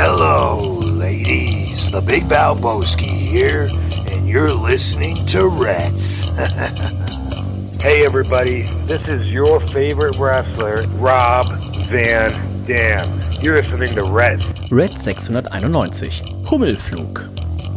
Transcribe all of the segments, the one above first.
Hello, ladies. The Big Valboski here, and you're listening to Reds. Hey, everybody. This is your favorite wrestler, Rob Van Dam. You're listening to Reds. Red 691. Hummelflug.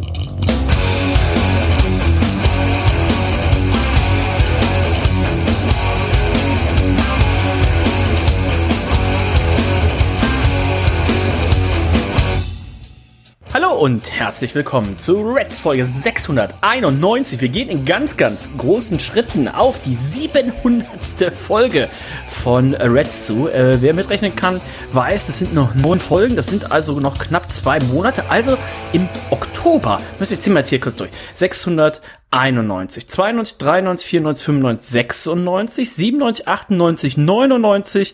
Hallo und herzlich willkommen zu Reds Folge 691. Wir gehen in ganz großen Schritten auf die 700. Folge von Reds zu. Wer mitrechnen kann, weiß, das sind noch 9 Folgen. Das sind also noch knapp 2 Monate. Also im Oktober, wir ziehen wir jetzt hier kurz durch, 691, 92, 93, 94, 95, 96, 97, 98, 99,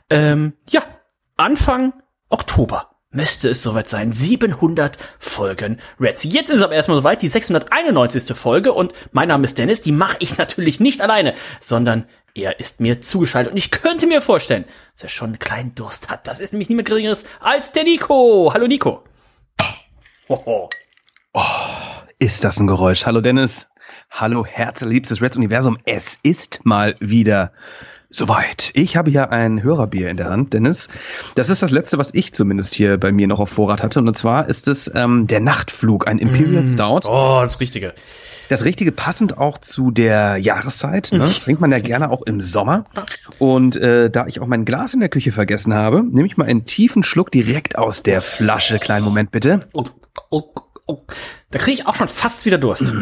Anfang Oktober müsste es soweit sein. 700 Folgen Reds. Jetzt ist aber erstmal soweit, die 691. Folge, und mein Name ist Dennis. Die mache ich natürlich nicht alleine, sondern er ist mir zugeschaltet, und ich könnte mir vorstellen, dass er schon einen kleinen Durst hat. Das ist nämlich niemand Geringeres als der Nico. Hallo Nico. Oh, ist das ein Geräusch. Hallo Dennis. Hallo herzliebstes Reds-Universum. Es ist mal wieder soweit. Ich habe hier ein Hörerbier in der Hand, Dennis. Das ist das letzte, was ich zumindest hier bei mir noch auf Vorrat hatte. Und zwar ist es der Nachtflug, ein Imperial Stout. Oh, das Richtige. Das Richtige, passend auch zu der Jahreszeit. Ne? Trinkt man ja gerne auch im Sommer. Und da ich auch mein Glas in der Küche vergessen habe, nehme ich mal einen tiefen Schluck direkt aus der Flasche. Kleinen Moment bitte. Oh. Da kriege ich auch schon fast wieder Durst.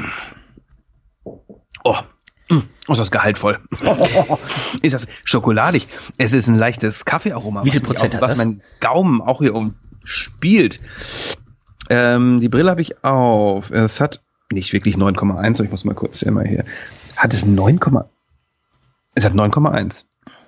Oh, ist das gehaltvoll. Ist das schokoladig. Es ist ein leichtes Kaffeearoma. Wie viel Prozent hat das? Was mein Gaumen auch hier umspielt. Die Brille habe ich auf. Es hat nicht wirklich 9,1. Ich muss mal kurz hier. Hat es 9, es hat 9,1.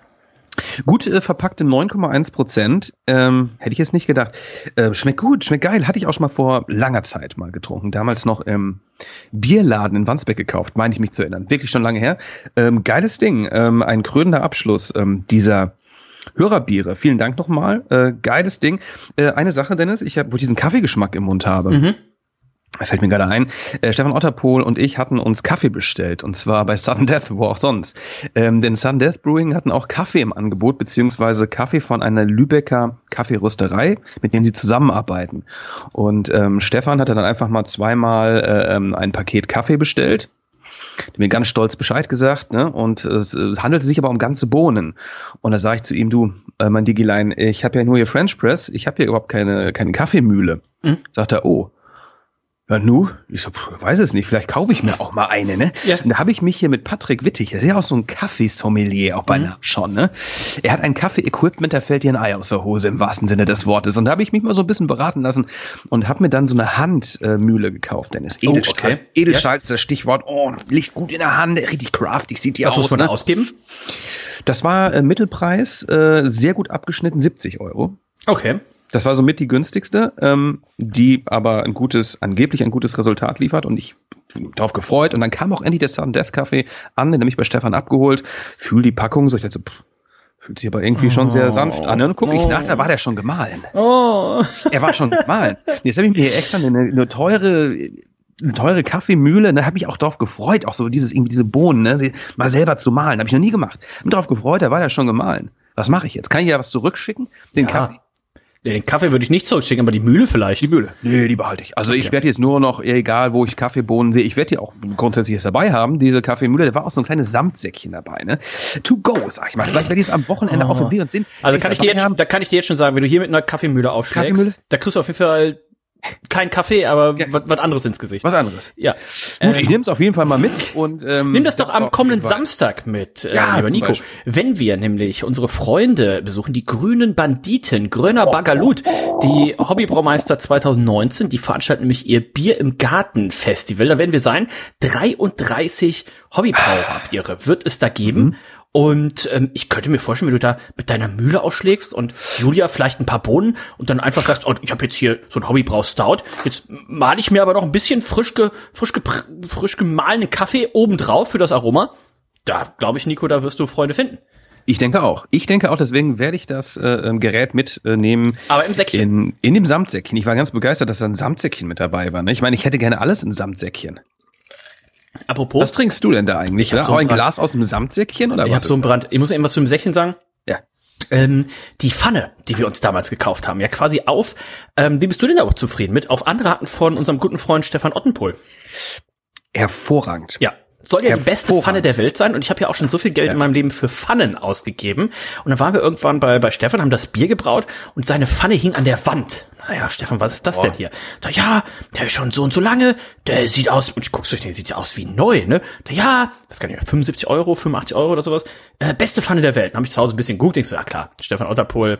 Gut verpackte 9,1%. Hätte ich jetzt nicht gedacht. Schmeckt gut, schmeckt geil. Hatte ich auch schon mal vor langer Zeit mal getrunken. Damals noch im Bierladen in Wandsbek gekauft, meine ich mich zu erinnern. Wirklich schon lange her. Geiles Ding. Ein krönender Abschluss dieser Hörerbiere. Vielen Dank nochmal. Geiles Ding. Eine Sache, Dennis, wo ich diesen Kaffeegeschmack im Mund habe. Fällt mir gerade ein, Stefan Otterpohl und ich hatten uns Kaffee bestellt, und zwar bei Sudden Death, wo auch sonst. Denn Sudden Death Brewing hatten auch Kaffee im Angebot, beziehungsweise Kaffee von einer Lübecker Kaffeerösterei, mit denen sie zusammenarbeiten. Und Stefan hatte dann einfach mal zweimal ein Paket Kaffee bestellt, hat mir ganz stolz Bescheid gesagt, ne? Und es handelte sich aber um ganze Bohnen. Und da sage ich zu ihm, du, mein Digilein, ich habe ja nur hier French Press, ich habe hier überhaupt keine Kaffeemühle. Sagt er, oh. Ja, nu? Ich so, weiß es nicht, vielleicht kaufe ich mir auch mal eine, ne? Ja. Und da habe ich mich hier mit Patrick Wittig, der ist ja auch so ein Kaffeesommelier, auch beinahe schon, ne? Er hat ein Kaffee-Equipment, da fällt dir ein Ei aus der Hose, im wahrsten Sinne des Wortes. Und da habe ich mich mal so ein bisschen beraten lassen und habe mir dann so eine Handmühle gekauft, Dennis. Edelstahl. Okay. Edelstahl ist das Stichwort. Oh, liegt gut in der Hand, richtig craftig sieht die aus. Was muss man da ausgeben? Das war Mittelpreis, sehr gut abgeschnitten, 70 €. Okay. Das war somit die günstigste, die aber angeblich ein gutes Resultat liefert, und ich bin darauf gefreut. Und dann kam auch endlich der Sudden Death Kaffee an, den habe ich bei Stefan abgeholt. Fühl die Packung, so ich dachte, fühlt sich aber irgendwie schon sehr sanft an. Und guck ich nach, da war der schon gemahlen. Er war schon gemahlen. Jetzt habe ich mir hier extra eine teure Kaffeemühle, da habe ich auch drauf gefreut, auch so diese Bohnen, ne, mal selber zu mahlen, habe ich noch nie gemacht. Bin drauf gefreut, da war der schon gemahlen. Was mache ich jetzt? Kann ich ja was zurückschicken? Kaffee? Ja, den Kaffee würde ich nicht zurückschicken, aber die Mühle vielleicht. Die Mühle? Nee, die behalte ich. Also Ich werde jetzt nur noch, egal wo ich Kaffeebohnen sehe, ich werde die auch grundsätzlich jetzt dabei haben, diese Kaffeemühle. Da war auch so ein kleines Samtsäckchen dabei, ne? To go, sag ich mal. Vielleicht werde ich es am Wochenende auf dem B&S. Also kann ich dir jetzt schon sagen, wenn du hier mit einer Kaffeemühle aufschlägst, da kriegst du auf jeden Fall kein Kaffee, aber was anderes ins Gesicht. Was anderes. Ja. Gut, ich nehme es auf jeden Fall mal mit. Und nimm das doch am kommenden Samstag mit, lieber Nico. Beispiel. Wenn wir nämlich unsere Freunde besuchen, die Grünen Banditen, Gröner Bagalut, die Hobbybraumeister 2019, die veranstalten nämlich ihr Bier im Garten Festival. Da werden wir sein. 33 Hobbybrauerbiere wird es da geben. Und ich könnte mir vorstellen, wenn du da mit deiner Mühle aufschlägst und Julia vielleicht ein paar Bohnen und dann einfach sagst, oh, ich habe jetzt hier so ein Hobbybrau-Stout, jetzt male ich mir aber noch ein bisschen frisch gemahlenen Kaffee obendrauf für das Aroma. Da glaube ich, Nico, da wirst du Freunde finden. Ich denke auch. Deswegen werde ich das Gerät mitnehmen. Aber im Säckchen. In dem Samtsäckchen. Ich war ganz begeistert, dass da ein Samtsäckchen mit dabei war. Ne? Ich meine, ich hätte gerne alles im Samtsäckchen. Apropos. Was trinkst du denn da eigentlich? Ich habe so ein Glas aus dem Samtsäckchen? Oder ich habe so einen Brand. Ich muss eben was zu dem Säckchen sagen. Ja. Die Pfanne, die wir uns damals gekauft haben, ja quasi auf, wie bist du denn da auch zufrieden mit? Auf Anraten von unserem guten Freund Stefan Ottenpohl. Hervorragend. Ja. Soll ja die beste Pfanne der Welt sein und ich habe ja auch schon so viel Geld in meinem Leben für Pfannen ausgegeben und dann waren wir irgendwann bei Stefan, haben das Bier gebraut und seine Pfanne hing an der Wand. Naja, Stefan, was ist das denn hier? Da, ja, der ist schon so und so lange, der sieht aus, und ich guck's durch, der sieht ja aus wie neu, ne? Da, ja, was kann ich, 75 Euro, 85 Euro oder sowas, beste Pfanne der Welt. Dann habe ich zu Hause ein bisschen gegoogelt, denkst du, ja klar, Stefan Otterpohl,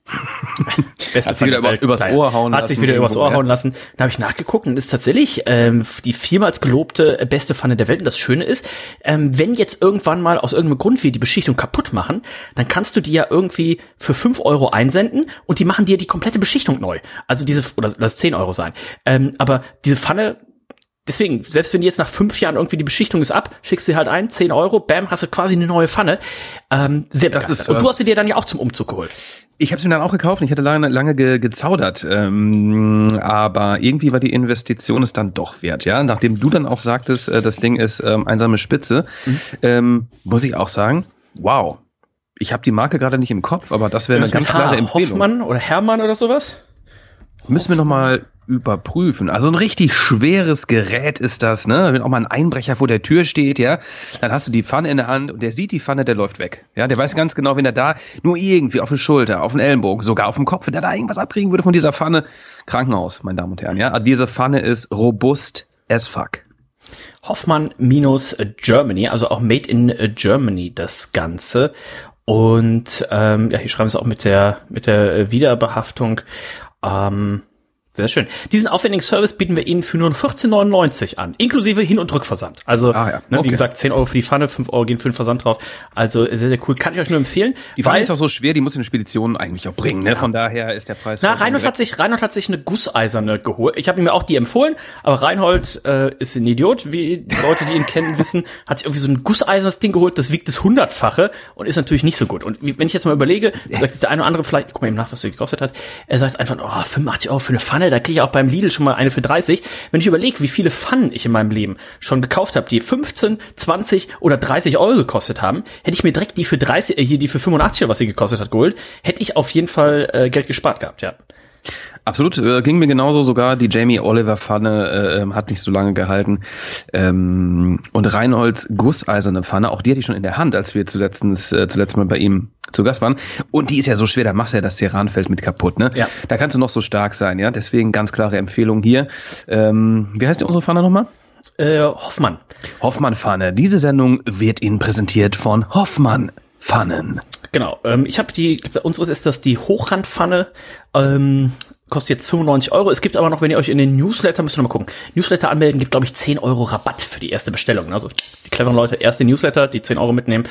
hat sich wieder übers Ohr hauen lassen. Hat sich wieder übers Ohr hauen lassen. Da habe ich nachgeguckt und ist tatsächlich die vielmals gelobte beste Pfanne der Welt. Und das Schöne ist, wenn jetzt irgendwann mal aus irgendeinem Grund wir die Beschichtung kaputt machen, dann kannst du die ja irgendwie für 5 Euro einsenden und die machen dir die komplette Beschichtung neu. Also oder lass 10 Euro sein. Aber diese Pfanne, deswegen, selbst wenn jetzt nach 5 Jahren irgendwie die Beschichtung ist ab, schickst du sie halt ein, 10 Euro, bam, hast du quasi eine neue Pfanne. Sehr begeistert. Und du hast sie dir dann ja auch zum Umzug geholt. Ich habe es mir dann auch gekauft und ich hatte lange gezaudert, aber irgendwie war die Investition es dann doch wert, ja. Nachdem du dann auch sagtest, das Ding ist einsame Spitze, muss ich auch sagen, wow. Ich habe die Marke gerade nicht im Kopf, aber das wäre eine ganz klare Empfehlung. Hoffmann oder Hermann oder sowas? Müssen wir nochmal überprüfen. Also ein richtig schweres Gerät ist das, ne? Wenn auch mal ein Einbrecher vor der Tür steht, ja, dann hast du die Pfanne in der Hand und der sieht die Pfanne, der läuft weg. Ja, der weiß ganz genau, wenn er da nur irgendwie auf die Schulter, auf den Ellenbogen, sogar auf dem Kopf, wenn er da irgendwas abkriegen würde von dieser Pfanne, Krankenhaus, meine Damen und Herren, ja. Also diese Pfanne ist robust as fuck. Hoffmann-Germany, also auch Made in Germany das Ganze. Und ja, hier schreiben sie auch mit der Wiederbehaftung. Sehr schön. Diesen aufwendigen Service bieten wir Ihnen für nur 14,99 an, inklusive Hin- und Rückversand. Also, wie gesagt, 10 Euro für die Pfanne, 5 Euro gehen für den Versand drauf. Also sehr, sehr cool. Kann ich euch nur empfehlen. Die Pfanne ist auch so schwer, die muss in Speditionen eigentlich auch bringen. Ne? Von daher ist der Preis... Reinhold hat sich eine gusseiserne geholt. Ich habe ihm auch die empfohlen, aber Reinhold ist ein Idiot, wie die Leute, die ihn kennen, wissen, hat sich irgendwie so ein gusseisernes Ding geholt, das wiegt das 100-fache und ist natürlich nicht so gut. Und wenn ich jetzt mal überlege, sagt jetzt der eine oder andere vielleicht, guck mal eben nach, was er gekostet hat, er sagt einfach, 85 Euro für eine Pfanne, da kriege ich auch beim Lidl schon mal eine für 30. Wenn ich überlege, wie viele Pfannen ich in meinem Leben schon gekauft habe, die 15, 20 oder 30 Euro gekostet haben, hätte ich mir direkt die für 30, die für 85 oder was sie gekostet hat, geholt, hätte ich auf jeden Fall Geld gespart gehabt, ja. Absolut, ging mir genauso, sogar die Jamie Oliver Pfanne hat nicht so lange gehalten. Und Reinholds gusseiserne Pfanne, auch die hatte ich schon in der Hand, als wir zuletzt mal bei ihm zu Gast waren. Und die ist ja so schwer, da machst du ja das Ceranfeld mit kaputt, ne? Ja. Da kannst du noch so stark sein, ja. Deswegen ganz klare Empfehlung hier. Wie heißt die unsere Pfanne nochmal? Hoffmann. Hoffmann-Pfanne. Diese Sendung wird Ihnen präsentiert von Hoffmann-Pfannen. Genau, unseres ist das die Hochrandpfanne, kostet jetzt 95 Euro. Es gibt aber noch, wenn ihr euch in den Newsletter, müsst ihr noch mal gucken, Newsletter anmelden, gibt, glaube ich, 10 Euro Rabatt für die erste Bestellung. Also die cleveren Leute, erst den Newsletter, die 10 Euro mitnehmen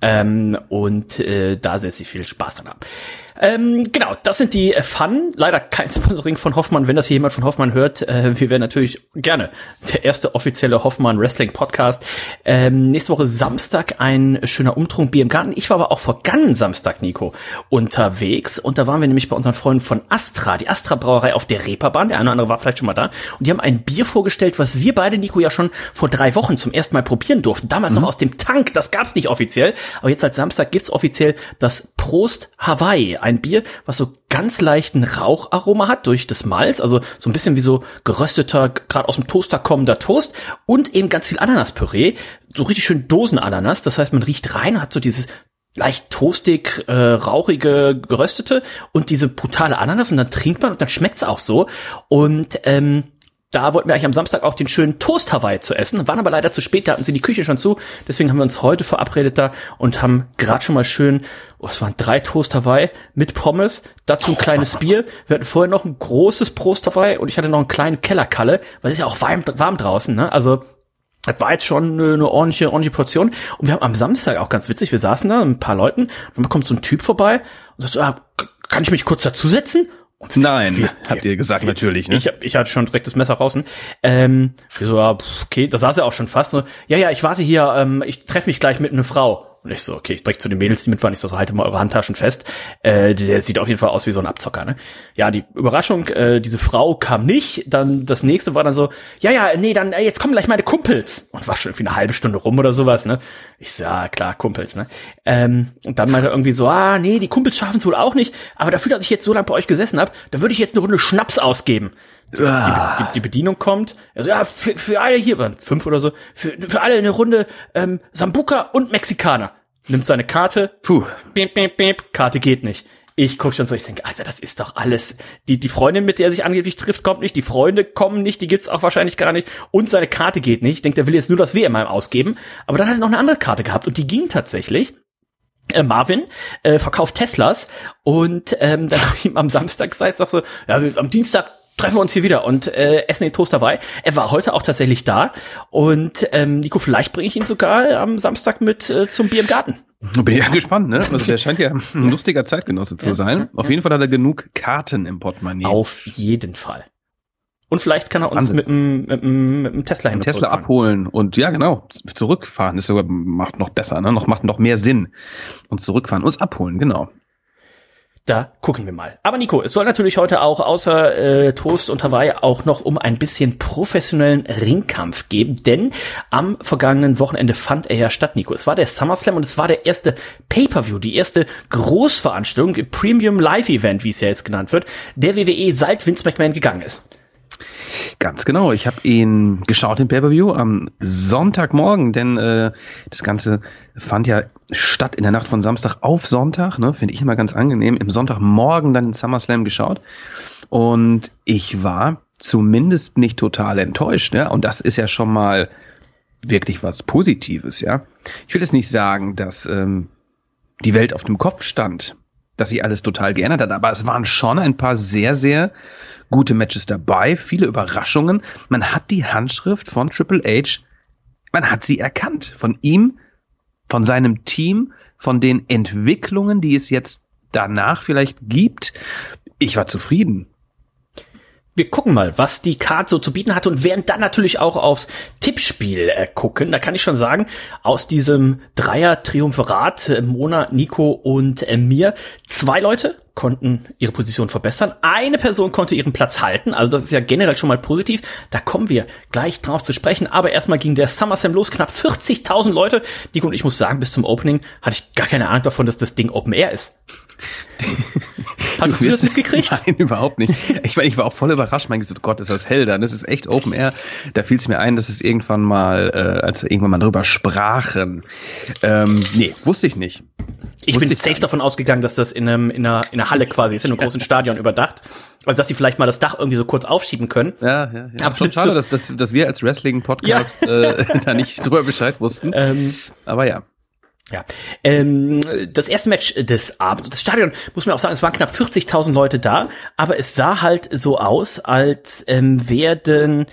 und da sehr, sehr viel Spaß dran haben. Genau, das sind die Pfannen. Leider kein Sponsoring von Hoffmann. Wenn das hier jemand von Hoffmann hört, wir wären natürlich gerne der erste offizielle Hoffmann Wrestling Podcast. Nächste Woche Samstag ein schöner Umtrunk Bier im Garten. Ich war aber auch vergangenen Samstag, Nico, unterwegs und da waren wir nämlich bei unseren Freunden von Astra, die Astra Brauerei auf der Reeperbahn. Der eine oder andere war vielleicht schon mal da und die haben ein Bier vorgestellt, was wir beide, Nico, ja schon vor 3 Wochen zum ersten Mal probieren durften. Damals noch aus dem Tank, das gab's nicht offiziell, aber jetzt seit Samstag gibt's offiziell das Prost Hawaii. Ein Bier, was so ganz leichten Raucharoma hat durch das Malz, also so ein bisschen wie so gerösteter, gerade aus dem Toaster kommender Toast und eben ganz viel Ananaspüree, so richtig schön Dosenananas, das heißt, man riecht rein, hat so dieses leicht toastig, rauchige, geröstete und diese brutale Ananas und dann trinkt man und dann schmeckt's auch so und da wollten wir eigentlich am Samstag auch den schönen Toast Hawaii zu essen, waren aber leider zu spät, da hatten sie die Küche schon zu, deswegen haben wir uns heute verabredet da und haben gerade schon mal schön, es waren 3 Toast Hawaii mit Pommes, dazu ein kleines Bier, wir hatten vorher noch ein großes Prost Hawaii und ich hatte noch einen kleinen Kellerkalle, weil es ist ja auch warm draußen, ne, also das war jetzt schon eine ordentliche Portion und wir haben am Samstag auch ganz witzig, wir saßen da mit ein paar Leuten und dann kommt so ein Typ vorbei und sagt so, kann ich mich kurz dazusetzen? Und nein, habt ihr gesagt, natürlich, ne? Ich hatte schon direkt das Messer draußen. Wir so, okay, da saß er auch schon fast. So, ja, ich warte hier, ich treffe mich gleich mit einer Frau. Und ich so, okay, ich direkt zu den Mädels, die mit waren, ich so, halte mal eure Handtaschen fest. Der sieht auf jeden Fall aus wie so ein Abzocker, ne? Ja, die Überraschung, diese Frau kam nicht. Dann das nächste war dann so, dann jetzt kommen gleich meine Kumpels. Und war schon irgendwie eine halbe Stunde rum oder sowas, ne? Ich so, ja, klar, Kumpels, ne? Und dann meinte er irgendwie so, die Kumpels schaffen es wohl auch nicht. Aber dafür, dass ich jetzt so lange bei euch gesessen habe, da würde ich jetzt eine Runde Schnaps ausgeben. Die Bedienung kommt, also ja, für alle hier, waren 5 oder so, für alle eine Runde Sambuca und Mexikaner. Nimmt seine Karte, beep, beep, beep, Karte geht nicht. Ich guck schon so, ich denke, Alter, das ist doch alles. Die Freundin, mit der er sich angeblich trifft, kommt nicht, die Freunde kommen nicht, die gibt's auch wahrscheinlich gar nicht und seine Karte geht nicht. Ich denke, der will jetzt nur das WM ausgeben, aber dann hat er noch eine andere Karte gehabt und die ging tatsächlich. Marvin verkauft Teslas und dann hab ich ihm am Samstag gesagt, sag so, ja, am Dienstag treffen wir uns hier wieder und essen den Toast Hawaii. Er war heute auch tatsächlich da und Nico, vielleicht bringe ich ihn sogar am Samstag mit zum Bier im Garten. Bin ja gespannt, ne? Also der scheint ja ein lustiger Zeitgenosse zu sein. Auf jeden Fall hat er genug Karten im Portemonnaie. Auf jeden Fall. Und vielleicht kann er uns mit einem Tesla hin. Tesla abholen und ja, genau, zurückfahren. Das sogar macht noch besser, ne? Macht noch mehr Sinn. Und zurückfahren, uns abholen, genau. Da gucken wir mal. Aber Nico, es soll natürlich heute auch außer Toast und Hawaii auch noch um ein bisschen professionellen Ringkampf geben, denn am vergangenen Wochenende fand er ja statt, Nico. Es war der SummerSlam und es war der erste Pay-Per-View, die erste Großveranstaltung, Premium Live-Event, wie es ja jetzt genannt wird, der WWE seit Vince McMahon gegangen ist. Ganz genau, ich habe ihn geschaut, den Pay-Per-View, am Sonntagmorgen, denn das Ganze fand ja statt in der Nacht von Samstag auf Sonntag, ne, finde ich immer ganz angenehm, im Sonntagmorgen dann den SummerSlam geschaut und ich war zumindest nicht total enttäuscht, ja, und das ist ja schon mal wirklich was Positives, ja. Ich will jetzt nicht sagen, dass die Welt auf dem Kopf stand, dass sich alles total geändert hat, aber es waren schon ein paar sehr, sehr gute Matches dabei, viele Überraschungen. Man hat die Handschrift von Triple H, man hat sie erkannt. Von ihm, von seinem Team, von den Entwicklungen, die es jetzt danach vielleicht gibt. Ich war zufrieden. Wir gucken mal, was die Card so zu bieten hat und werden dann natürlich auch aufs Tippspiel gucken. Da kann ich schon sagen, aus diesem Dreier-Triumvirat, Mona, Nico und mir, 2 Leute konnten ihre Position verbessern. Eine Person konnte ihren Platz halten. Also das ist ja generell schon mal positiv. Da kommen wir gleich drauf zu sprechen. Aber erstmal ging der SummerSlam los. Knapp 40.000 Leute. Nico und ich muss sagen, bis zum Opening hatte ich gar keine Ahnung davon, dass das Ding Open Air ist. Hast du das mitgekriegt? Nein, überhaupt nicht. Ich meine, ich war auch voll überrascht. Mein Gott, ist das hell da. Das ist echt Open Air. Da fiel es mir ein, dass es irgendwann mal, als wir irgendwann mal drüber sprachen. Nee, wusste ich nicht. Ich bin safe davon ausgegangen, dass das in einer Halle quasi ist, in einem großen Stadion überdacht. Also, dass sie vielleicht mal das Dach irgendwie so kurz aufschieben können. Ja. Aber schon schade, dass wir als Wrestling-Podcast da nicht drüber Bescheid wussten. Aber ja. Ja, das erste Match des Abends, das Stadion, muss man auch sagen, es waren knapp 40.000 Leute da, aber es sah halt so aus, als werden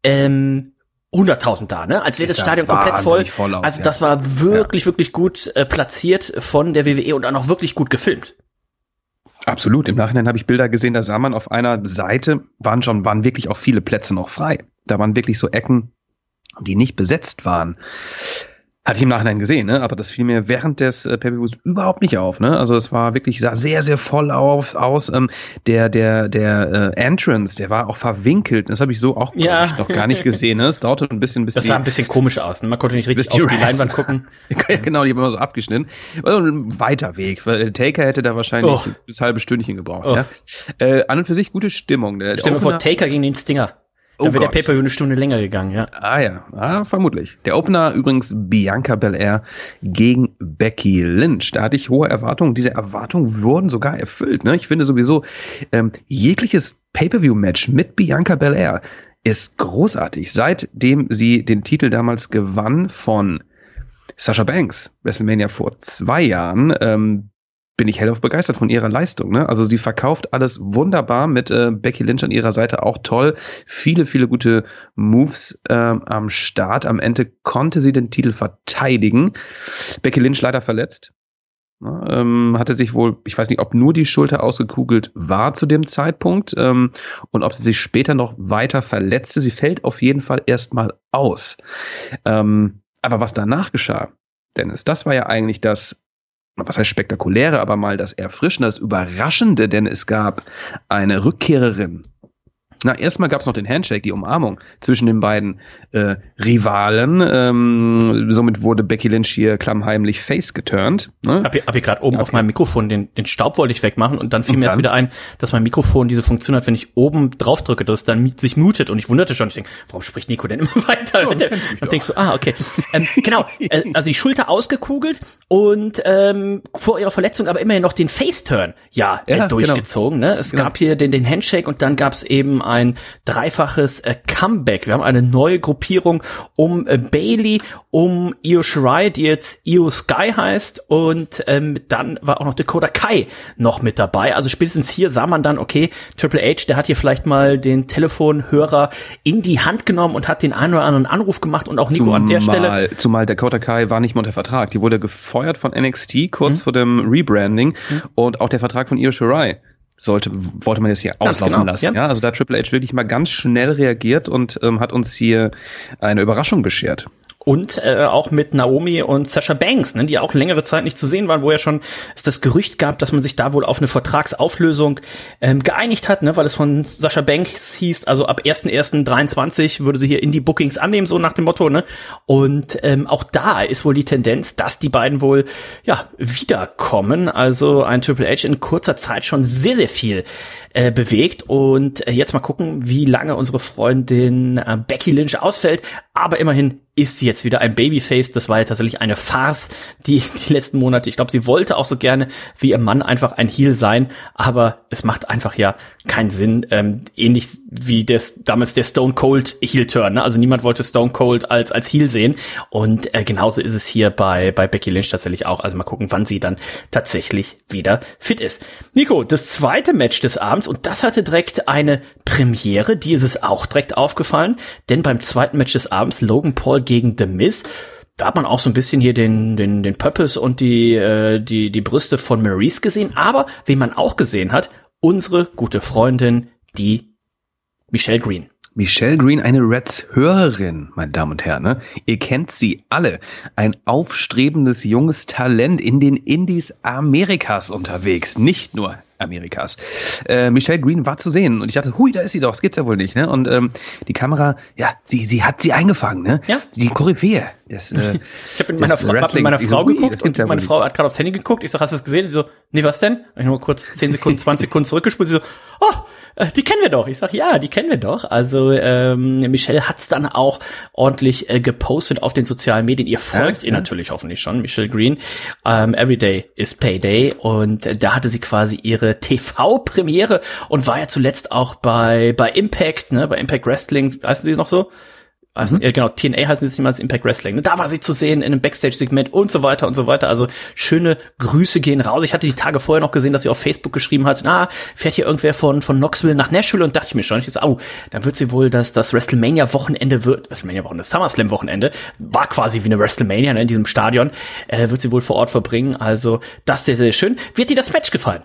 100.000 da, ne? Als wäre das Stadion komplett voll. Also das war wirklich, wirklich gut platziert von der WWE und auch noch wirklich gut gefilmt. Absolut. Im Nachhinein habe ich Bilder gesehen, da sah man auf einer Seite, waren wirklich auch viele Plätze noch frei. Da waren wirklich so Ecken, die nicht besetzt waren. Hatte ich im Nachhinein gesehen, ne? Aber das fiel mir während des Pay-Per-Views überhaupt nicht auf, ne? Also es war wirklich, sah sehr, sehr voll aus. Der Entrance, der war auch verwinkelt. Das habe ich so auch noch gar nicht gesehen, ne? Es dauerte ein bisschen, bis das sah ein bisschen komisch aus, ne? Man konnte nicht richtig auf die Leinwand gucken. Ja, genau, die haben immer so abgeschnitten. Also ein weiter Weg, weil Taker hätte da wahrscheinlich bis halbe Stündchen gebraucht, ja? An und für sich gute Stimmung. Stell dir vor, Taker gegen den Stinger. Da wäre der Pay-Per-View eine Stunde länger gegangen, ja. Vermutlich. Der Opener übrigens Bianca Belair gegen Becky Lynch. Da hatte ich hohe Erwartungen. Diese Erwartungen wurden sogar erfüllt, ne? Ich finde sowieso, jegliches Pay-Per-View-Match mit Bianca Belair ist großartig. Seitdem sie den Titel damals gewann von Sasha Banks, WrestleMania vor 2 Jahren, bin ich hellauf begeistert von ihrer Leistung, ne? Also sie verkauft alles wunderbar mit Becky Lynch an ihrer Seite, auch toll. Viele, viele gute Moves am Start. Am Ende konnte sie den Titel verteidigen. Becky Lynch leider verletzt. Hatte sich wohl, ich weiß nicht, ob nur die Schulter ausgekugelt war zu dem Zeitpunkt und ob sie sich später noch weiter verletzte. Sie fällt auf jeden Fall erstmal aus. Aber was danach geschah, Dennis, das war ja eigentlich das, was heißt spektakuläre, aber mal das Erfrischende, das Überraschende, denn es gab eine Rückkehrerin. Na, erstmal gab es noch den Handshake, die Umarmung zwischen den beiden Rivalen. Somit wurde Becky Lynch hier klammheimlich face geturnt. Ne? Hab hier gerade oben auf meinem Mikrofon den Staub wollte ich wegmachen und dann fiel mir erst wieder ein, dass mein Mikrofon diese Funktion hat, wenn ich oben drauf drücke, dass es dann sich mutet und ich wunderte schon, ich denke, warum spricht Nico denn immer weiter? So, und denkst du, okay. Genau, also die Schulter ausgekugelt und vor ihrer Verletzung aber immerhin noch den Face-Turn durchgezogen. Genau. Ne? Es gab hier den Handshake und dann gab es eben ein dreifaches Comeback. Wir haben eine neue Gruppierung um Bayley, um Io Shirai, die jetzt Io Sky heißt und dann war auch noch Dakota Kai noch mit dabei. Also spätestens hier sah man dann, okay, Triple H, der hat hier vielleicht mal den Telefonhörer in die Hand genommen und hat den einen oder anderen Anruf gemacht und auch Nico an der Stelle. Zumal Dakota Kai war nicht mehr unter Vertrag. Die wurde gefeuert von NXT kurz vor dem Rebranding und auch der Vertrag von Io Shirai wollte man jetzt hier auslaufen lassen. Ja, also da hat Triple H wirklich mal ganz schnell reagiert und hat uns hier eine Überraschung beschert. Und auch mit Naomi und Sasha Banks, ne, die auch längere Zeit nicht zu sehen waren, wo ja schon es das Gerücht gab, dass man sich da wohl auf eine Vertragsauflösung geeinigt hat, ne, weil es von Sasha Banks hieß, also ab 1.1.23 würde sie hier Indie-Bookings annehmen, so nach dem Motto, ne? Und auch da ist wohl die Tendenz, dass die beiden wohl wiederkommen. Also ein Triple H in kurzer Zeit schon sehr, sehr viel bewegt. Und jetzt mal gucken, wie lange unsere Freundin Becky Lynch ausfällt. Aber immerhin ist sie jetzt wieder ein Babyface. Das war ja tatsächlich eine Farce, die letzten Monate. Ich glaube, sie wollte auch so gerne wie ihr Mann einfach ein Heel sein, aber es macht einfach ja keinen Sinn. Ähnlich wie damals der Stone Cold Heel-Turn. Ne? Also niemand wollte Stone Cold als Heel sehen. Und genauso ist es hier bei Becky Lynch tatsächlich auch. Also mal gucken, wann sie dann tatsächlich wieder fit ist. Nico, das zweite Match des Abends, und das hatte direkt eine Premiere. Die ist es auch direkt aufgefallen, denn beim zweiten Match des Abends Logan Paul gegen The Miz, da hat man auch so ein bisschen hier den Purpose und die Brüste von Maryse gesehen, aber wen man auch gesehen hat, unsere gute Freundin, die Michelle Green. Michelle Green, eine Reds-Hörerin, meine Damen und Herren. Ne? Ihr kennt sie alle. Ein aufstrebendes junges Talent in den Indies Amerikas unterwegs. Nicht nur Amerikas. Michelle Green war zu sehen und ich dachte, hui, da ist sie doch, das gibt's ja wohl nicht. Ne? Und die Kamera, sie hat sie eingefangen. Ne? Ja. Die Koryphäe. Ich habe mit meiner Frau geguckt und meine Frau hat gerade aufs Handy geguckt. Ich so, hast du es gesehen? Sie so, nee, was denn? Ich nur kurz 10 Sekunden, 20 Sekunden zurückgespult. Sie so, die kennen wir doch. Ich sag, ja, die kennen wir doch. Also Michelle hat's dann auch ordentlich gepostet auf den sozialen Medien. Ihr folgt ihr natürlich hoffentlich schon, Michelle Green. Everyday is Payday. Und da hatte sie quasi ihre TV-Premiere und war ja zuletzt auch bei Impact, ne, bei Impact Wrestling. Heißen sie noch so? Also, genau, TNA heißen sie niemals Impact Wrestling. Da war sie zu sehen in einem Backstage-Segment und so weiter und so weiter. Also schöne Grüße gehen raus. Ich hatte die Tage vorher noch gesehen, dass sie auf Facebook geschrieben hat, fährt hier irgendwer von Knoxville nach Nashville, und dachte ich mir schon, dann wird sie wohl das WrestleMania-Wochenende das SummerSlam-Wochenende, war quasi wie eine WrestleMania, ne, in diesem Stadion, wird sie wohl vor Ort verbringen. Also das sehr, sehr schön. Wird dir das Match gefallen?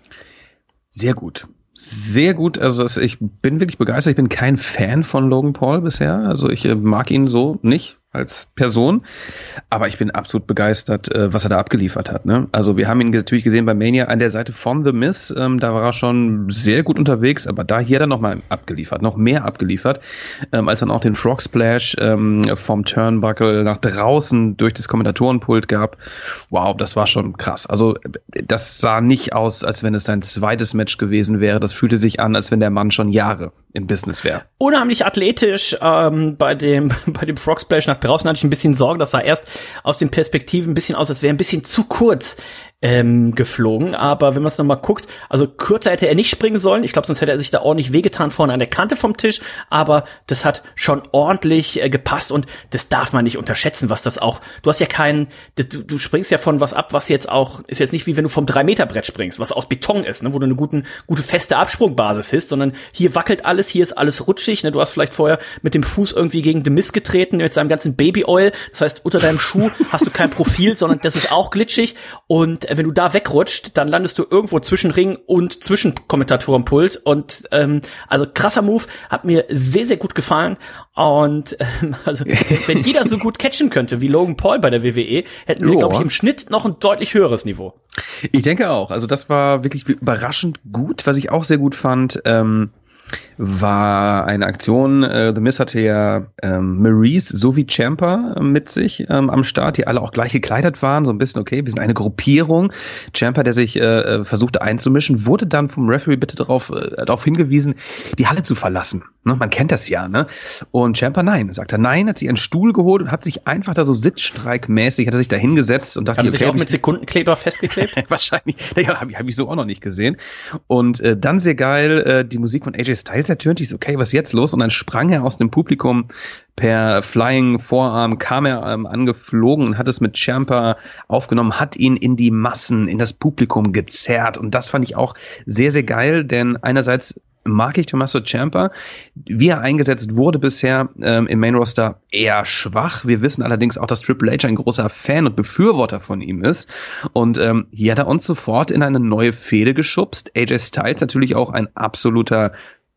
Sehr gut. Sehr gut, also ich bin wirklich begeistert. Ich bin kein Fan von Logan Paul bisher, also ich mag ihn so nicht als Person, aber ich bin absolut begeistert, was er da abgeliefert hat. Ne? Also wir haben ihn natürlich gesehen bei Mania an der Seite von The Miz, da war er schon sehr gut unterwegs, aber da hier dann nochmal abgeliefert, noch mehr abgeliefert, als dann auch den Frog Splash vom Turnbuckle nach draußen durch das Kommentatorenpult gab. Wow, das war schon krass. Also das sah nicht aus, als wenn es sein zweites Match gewesen wäre. Das fühlte sich an, als wenn der Mann schon Jahre im Business wäre. Unheimlich athletisch bei dem Frog Splash nach draußen hatte ich ein bisschen Sorge, das sah erst aus den Perspektiven ein bisschen aus, als wäre ein bisschen zu kurz geflogen, aber wenn man es nochmal guckt, also kürzer hätte er nicht springen sollen, ich glaube, sonst hätte er sich da ordentlich wehgetan vorne an der Kante vom Tisch, aber das hat schon ordentlich gepasst und das darf man nicht unterschätzen, was das auch, du hast ja du springst ja von was ab, was jetzt auch, ist jetzt nicht wie wenn du vom 3-Meter-Brett springst, was aus Beton ist, ne, wo du eine gute feste Absprungbasis hast, sondern hier wackelt alles, hier ist alles rutschig, ne, du hast vielleicht vorher mit dem Fuß irgendwie gegen The Miz getreten, mit seinem ganzen Baby-Oil, das heißt, unter deinem Schuh hast du kein Profil, sondern das ist auch glitschig und wenn du da wegrutscht, dann landest du irgendwo zwischen Ring und zwischen Kommentatorenpult und also krasser Move, hat mir sehr, sehr gut gefallen und also wenn jeder so gut catchen könnte wie Logan Paul bei der WWE, hätten wir, glaube ich, im Schnitt noch ein deutlich höheres Niveau. Ich denke auch, also das war wirklich überraschend gut, was ich auch sehr gut fand, war eine Aktion, The Miz hatte ja Maryse sowie Ciampa mit sich am Start, die alle auch gleich gekleidet waren, so ein bisschen, okay, wir sind eine Gruppierung. Ciampa, der sich versuchte einzumischen, wurde dann vom Referee bitte darauf hingewiesen, die Halle zu verlassen. Ne? Man kennt das ja, ne? Und Ciampa, sagt er nein, hat sich einen Stuhl geholt und hat sich einfach da so sitzstreikmäßig, hat er sich da hingesetzt und dachte, haben sich auch mit Sekundenkleber festgeklebt? Wahrscheinlich, ja, hab ich so auch noch nicht gesehen. Und dann sehr geil, die Musik von AJ Styles ertönte, ich so, okay, was ist jetzt los? Und dann sprang er aus dem Publikum per Flying Vorarm, kam er angeflogen und hat es mit Ciampa aufgenommen, hat ihn in die Massen, in das Publikum gezerrt. Und das fand ich auch sehr, sehr geil, denn einerseits mag ich Tommaso Ciampa. Wie er eingesetzt wurde bisher im Main Roster eher schwach. Wir wissen allerdings auch, dass Triple H ein großer Fan und Befürworter von ihm ist. Und hier hat er uns sofort in eine neue Fehde geschubst. AJ Styles natürlich auch ein absoluter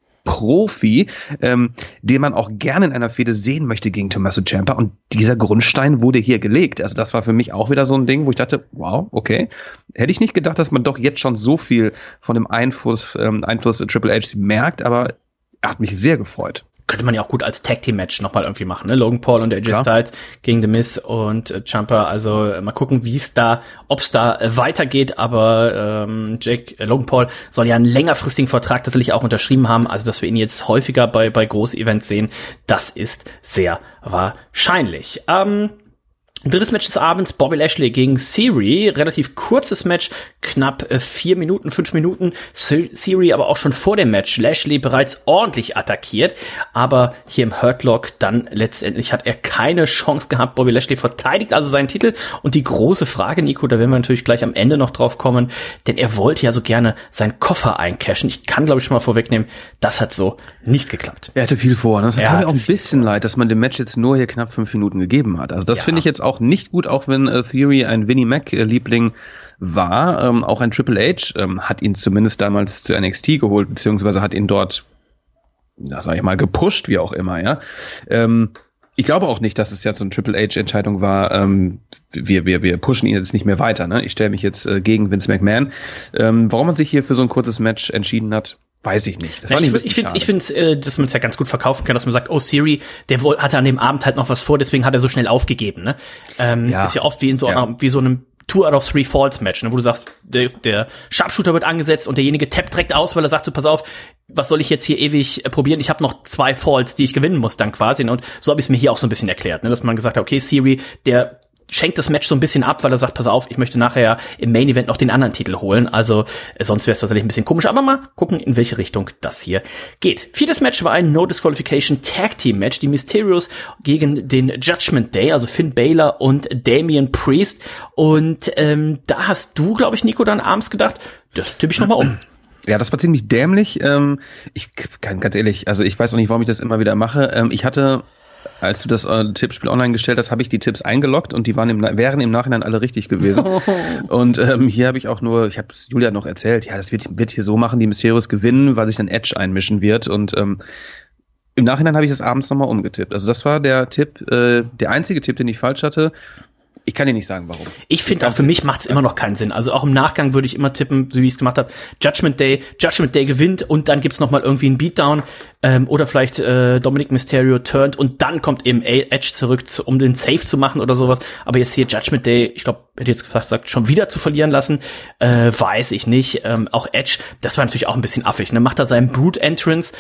Profi, den man auch gerne in einer Fehde sehen möchte gegen Tommaso Ciampa, und dieser Grundstein wurde hier gelegt. Also das war für mich auch wieder so ein Ding, wo ich dachte, wow, okay, hätte ich nicht gedacht, dass man doch jetzt schon so viel von dem Einfluss Triple H merkt, aber er hat mich sehr gefreut. Könnte man ja auch gut als Tag-Team-Match nochmal irgendwie machen, ne? Logan Paul und AJ Styles gegen The Miz und Ciampa. Also mal gucken, ob es da weitergeht. Aber Logan Paul soll ja einen längerfristigen Vertrag tatsächlich auch unterschrieben haben. Also dass wir ihn jetzt häufiger bei Groß-Events sehen, das ist sehr wahrscheinlich. Drittes Match des Abends, Bobby Lashley gegen Theory. Relativ kurzes Match, knapp 5 Minuten. Theory aber auch schon vor dem Match Lashley bereits ordentlich attackiert. Aber hier im Hurt Lock dann letztendlich hat er keine Chance gehabt. Bobby Lashley verteidigt also seinen Titel. Und die große Frage, Nico, da werden wir natürlich gleich am Ende noch drauf kommen, denn er wollte ja so gerne seinen Koffer eincashen. Ich kann, glaube ich, schon mal vorwegnehmen, das hat so nicht geklappt. Er hatte viel vor. Ne? Das hat mir auch ein bisschen leid, dass man dem Match jetzt nur hier knapp 5 Minuten gegeben hat. Also das finde ich jetzt auch nicht gut, auch wenn Theory ein Vinnie Mac-Liebling war. Auch ein Triple H hat ihn zumindest damals zu NXT geholt, beziehungsweise hat ihn dort, sag ich mal, gepusht, wie auch immer, ja. Ich glaube auch nicht, dass es jetzt so eine Triple H-Entscheidung war, wir pushen ihn jetzt nicht mehr weiter, ne? Ich stelle mich jetzt gegen Vince McMahon. Warum man sich hier für so ein kurzes Match entschieden hat, weiß ich nicht. Ich finde, dass man es ja ganz gut verkaufen kann, dass man sagt, oh, Theory, der hatte an dem Abend halt noch was vor, deswegen hat er so schnell aufgegeben. Ne? Ist ja oft wie in so einem 2 out of 3 Falls Match, ne, wo du sagst, der Sharpshooter wird angesetzt und derjenige tappt direkt aus, weil er sagt so, pass auf, was soll ich jetzt hier ewig probieren? Ich habe noch 2 Falls, die ich gewinnen muss dann quasi. Ne? Und so habe ich es mir hier auch so ein bisschen erklärt, ne? Dass man gesagt hat, okay, Theory, der schenkt das Match so ein bisschen ab, weil er sagt, pass auf, ich möchte nachher im Main Event noch den anderen Titel holen. Also sonst wäre es tatsächlich ein bisschen komisch. Aber mal gucken, in welche Richtung das hier geht. 4. Match war ein No Disqualification Tag Team Match. Die Mysterios gegen den Judgment Day, also Finn Balor und Damian Priest. Und da hast du, glaube ich, Nico, dann abends gedacht, das tippe ich nochmal um. Ja, das war ziemlich dämlich. Ich kann ganz ehrlich, also ich weiß auch nicht, warum ich das immer wieder mache. Ich hatte, als du das Tippspiel online gestellt hast, habe ich die Tipps eingeloggt und die wären im Nachhinein alle richtig gewesen. Und hier habe ich auch ich habe es Julia noch erzählt, ja, das wird hier so machen, die Mysterios gewinnen, weil sich dann Edge einmischen wird. Und im Nachhinein habe ich das abends nochmal umgetippt. Also das war der Tipp, der einzige Tipp, den ich falsch hatte. Ich kann dir nicht sagen, warum. Ich finde auch, für mich macht es immer noch keinen Sinn. Also auch im Nachgang würde ich immer tippen, so wie ich es gemacht habe, Judgment Day gewinnt und dann gibt's noch mal irgendwie einen Beatdown oder vielleicht Dominic Mysterio turnt und dann kommt eben Edge zurück, um den Save zu machen oder sowas. Aber jetzt hier Judgment Day, ich glaube, hätte jetzt gesagt, schon wieder zu verlieren lassen, weiß ich nicht. Auch Edge, das war natürlich auch ein bisschen affig. Ne? Macht er seinen Brute Entrance,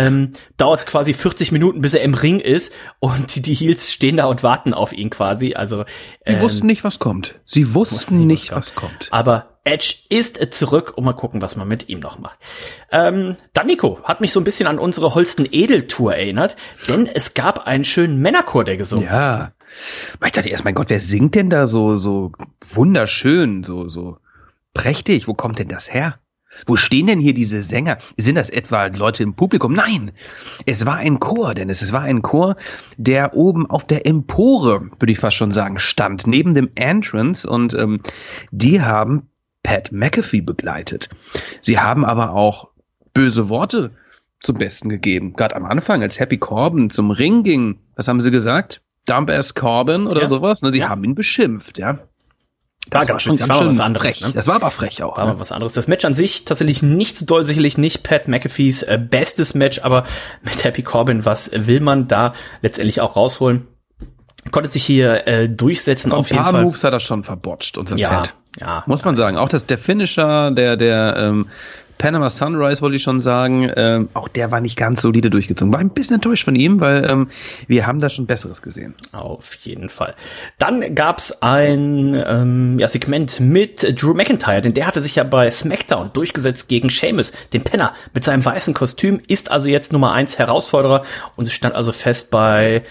dauert quasi 40 Minuten, bis er im Ring ist und die Heels stehen da und warten auf ihn quasi. Also die wussten nicht, was kommt. Sie wussten nicht, was kommt. Aber Edge ist zurück und mal gucken, was man mit ihm noch macht. Dann Nico, hat mich so ein bisschen an unsere Holsten-Edel-Tour erinnert, denn es gab einen schönen Männerchor, der gesungen hat. Ja. Ich dachte erst, mein Gott, wer singt denn da so wunderschön, so prächtig? Wo kommt denn das her? Wo stehen denn hier diese Sänger? Sind das etwa Leute im Publikum? Nein, es war ein Chor, Dennis. Es war ein Chor, der oben auf der Empore, würde ich fast schon sagen, stand, neben dem Entrance. Und die haben Pat McAfee begleitet. Sie haben aber auch böse Worte zum Besten gegeben. Gerade am Anfang, als Happy Corbin zum Ring ging, was haben sie gesagt? Dumbass Corbin oder sowas? Ne, sie haben ihn beschimpft, ja. Das war schon was anderes. Frech. Ne? Das war aber frech auch. War mal was anderes. Das Match an sich tatsächlich nicht so doll, sicherlich nicht Pat McAfees bestes Match, aber mit Happy Corbin, was will man da letztendlich auch rausholen? Konnte sich hier durchsetzen auf jeden Fall. Ein paar Moves hat er schon verbotscht, unser Pat. Ja. Muss man sagen. Auch der Finisher, der Panama Sunrise, wollte ich schon sagen, auch der war nicht ganz solide durchgezogen. War ein bisschen enttäuscht von ihm, weil wir haben da schon Besseres gesehen. Auf jeden Fall. Dann gab's ein Segment mit Drew McIntyre, denn der hatte sich ja bei SmackDown durchgesetzt gegen Sheamus, den Penner, mit seinem weißen Kostüm, ist also jetzt Nummer 1 Herausforderer und es stand also fest bei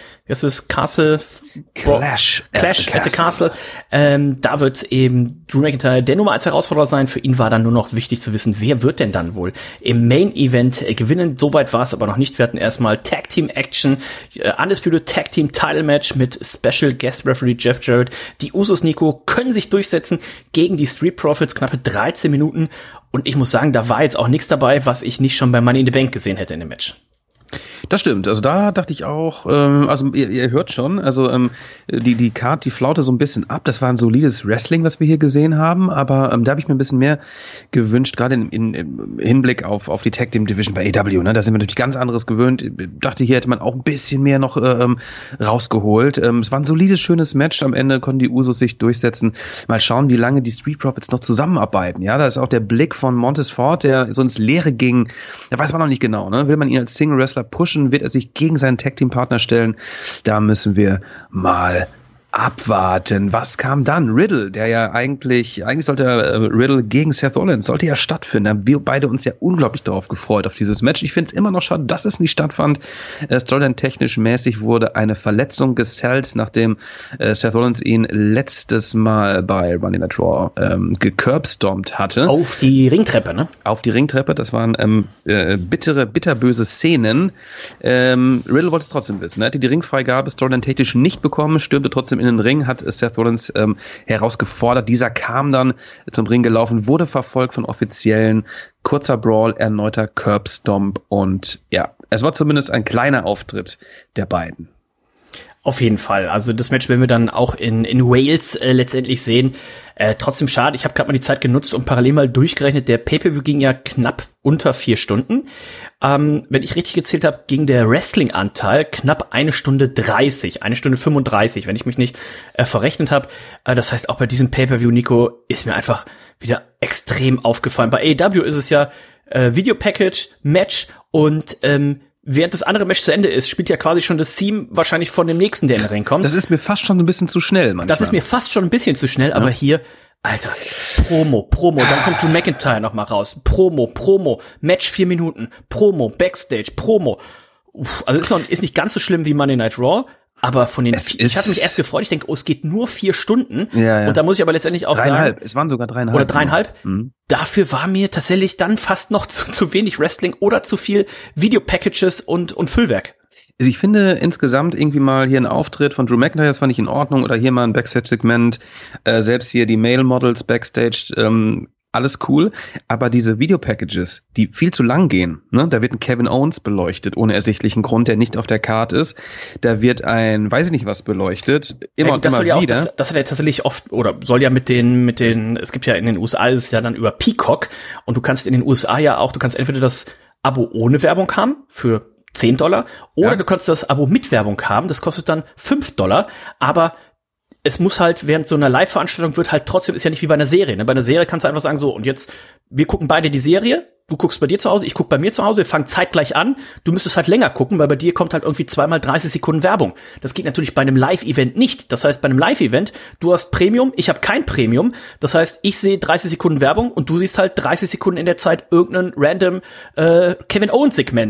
Clash at the Castle. Da wird eben Drew McIntyre der Nummer 1 Herausforderer sein. Für ihn war dann nur noch wichtig zu wissen, wer wird denn dann wohl im Main Event gewinnen. Soweit war es aber noch nicht. Wir hatten erstmal Tag Team Action, Undisputed Tag Team Title Match mit Special Guest Referee Jeff Jarrett. Die Usos, Nico, können sich durchsetzen gegen die Street Profits, knappe 13 Minuten. Und ich muss sagen, da war jetzt auch nichts dabei, was ich nicht schon bei Money in the Bank gesehen hätte in dem Match. Das stimmt, also da dachte ich auch, also ihr hört schon, also die Card, die flaute so ein bisschen ab, das war ein solides Wrestling, was wir hier gesehen haben, aber da habe ich mir ein bisschen mehr gewünscht, gerade im Hinblick auf die Tag Team Division bei AEW, ne, da sind wir natürlich ganz anderes gewöhnt, dachte, hier hätte man auch ein bisschen mehr noch rausgeholt. Es war ein solides, schönes Match, am Ende konnten die Usos sich durchsetzen, mal schauen, wie lange die Street Profits noch zusammenarbeiten, ja, da ist auch der Blick von Montez Ford, der so ins Leere ging, da weiß man noch nicht genau, ne, will man ihn als Single Wrestler pushen, wird er sich gegen seinen Tag-Team-Partner stellen? Da müssen wir mal abwarten. Was kam dann? Riddle, der ja eigentlich sollte Riddle gegen Seth Rollins, sollte ja stattfinden. Da haben wir beide uns ja unglaublich darauf gefreut, auf dieses Match. Ich finde es immer noch schade, dass es nicht stattfand. Storyline-technisch mäßig wurde eine Verletzung gesellt, nachdem Seth Rollins ihn letztes Mal bei Monday Night Raw gecurbstompt hatte. Auf die Ringtreppe, ne? Auf die Ringtreppe, das waren bitterböse Szenen. Riddle wollte es trotzdem wissen. Er hatte die Ringfreigabe Storyline-technisch nicht bekommen, stürmte trotzdem in den Ring, hat Seth Rollins herausgefordert. Dieser kam dann zum Ring gelaufen, wurde verfolgt von Offiziellen. Kurzer Brawl, erneuter Curbstomp und ja, es war zumindest ein kleiner Auftritt der beiden. Auf jeden Fall. Also das Match werden wir dann auch in Wales letztendlich sehen. Trotzdem schade, ich habe gerade mal die Zeit genutzt und parallel mal durchgerechnet, der Pay-Per-View ging ja knapp unter 4 Stunden. Wenn ich richtig gezählt habe, ging der Wrestling-Anteil knapp 1 Stunde 30, 1 Stunde 35, wenn ich mich nicht verrechnet habe. Das heißt, auch bei diesem Pay-Per-View, Nico, ist mir einfach wieder extrem aufgefallen. Bei AEW ist es ja Video-Package, Match und während das andere Match zu Ende ist, spielt ja quasi schon das Theme wahrscheinlich von dem nächsten, der in den Ring kommt. Das ist mir fast schon ein bisschen zu schnell manchmal. Das ist mir fast schon ein bisschen zu schnell, aber hier, Alter, Promo, dann kommt Drew McIntyre noch mal raus. Promo, Match 4 Minuten, Promo, Backstage, Promo. Also ist nicht ganz so schlimm wie Monday Night Raw, aber von den, ich hatte mich erst gefreut, ich denke, es geht nur 4 Stunden. Ja. Und da muss ich aber letztendlich auch 3,5. sagen. Es waren sogar 3,5. Oder 3,5. Mhm. Dafür war mir tatsächlich dann fast noch zu wenig Wrestling oder zu viel Videopackages und Füllwerk. Also ich finde insgesamt irgendwie mal hier ein Auftritt von Drew McIntyre, das fand ich in Ordnung, oder hier mal ein Backstage-Segment, selbst hier die Male-Models Backstage, alles cool, aber diese Videopackages, die viel zu lang gehen, ne? Da wird ein Kevin Owens beleuchtet, ohne ersichtlichen Grund, der nicht auf der Card ist. Da wird ein, weiß ich nicht was, beleuchtet, immer und immer wieder. Das hat er tatsächlich oft, oder soll ja mit den, es gibt ja in den USA, ist es ja dann über Peacock, und du kannst in den USA ja auch, du kannst entweder das Abo ohne Werbung haben, für $10, oder du kannst das Abo mit Werbung haben, das kostet dann $5, aber es muss halt, während so einer Live-Veranstaltung wird halt trotzdem, ist ja nicht wie bei einer Serie, ne? Bei einer Serie kannst du einfach sagen, so, und jetzt, wir gucken beide die Serie, du guckst bei dir zu Hause, ich guck bei mir zu Hause, wir fangen zeitgleich an, du müsstest halt länger gucken, weil bei dir kommt halt irgendwie 2x30 Sekunden Werbung. Das geht natürlich bei einem Live-Event nicht. Das heißt, bei einem Live-Event, du hast Premium, ich habe kein Premium, das heißt, ich sehe 30 Sekunden Werbung und du siehst halt 30 Sekunden in der Zeit irgendein random Kevin Owens-Segment.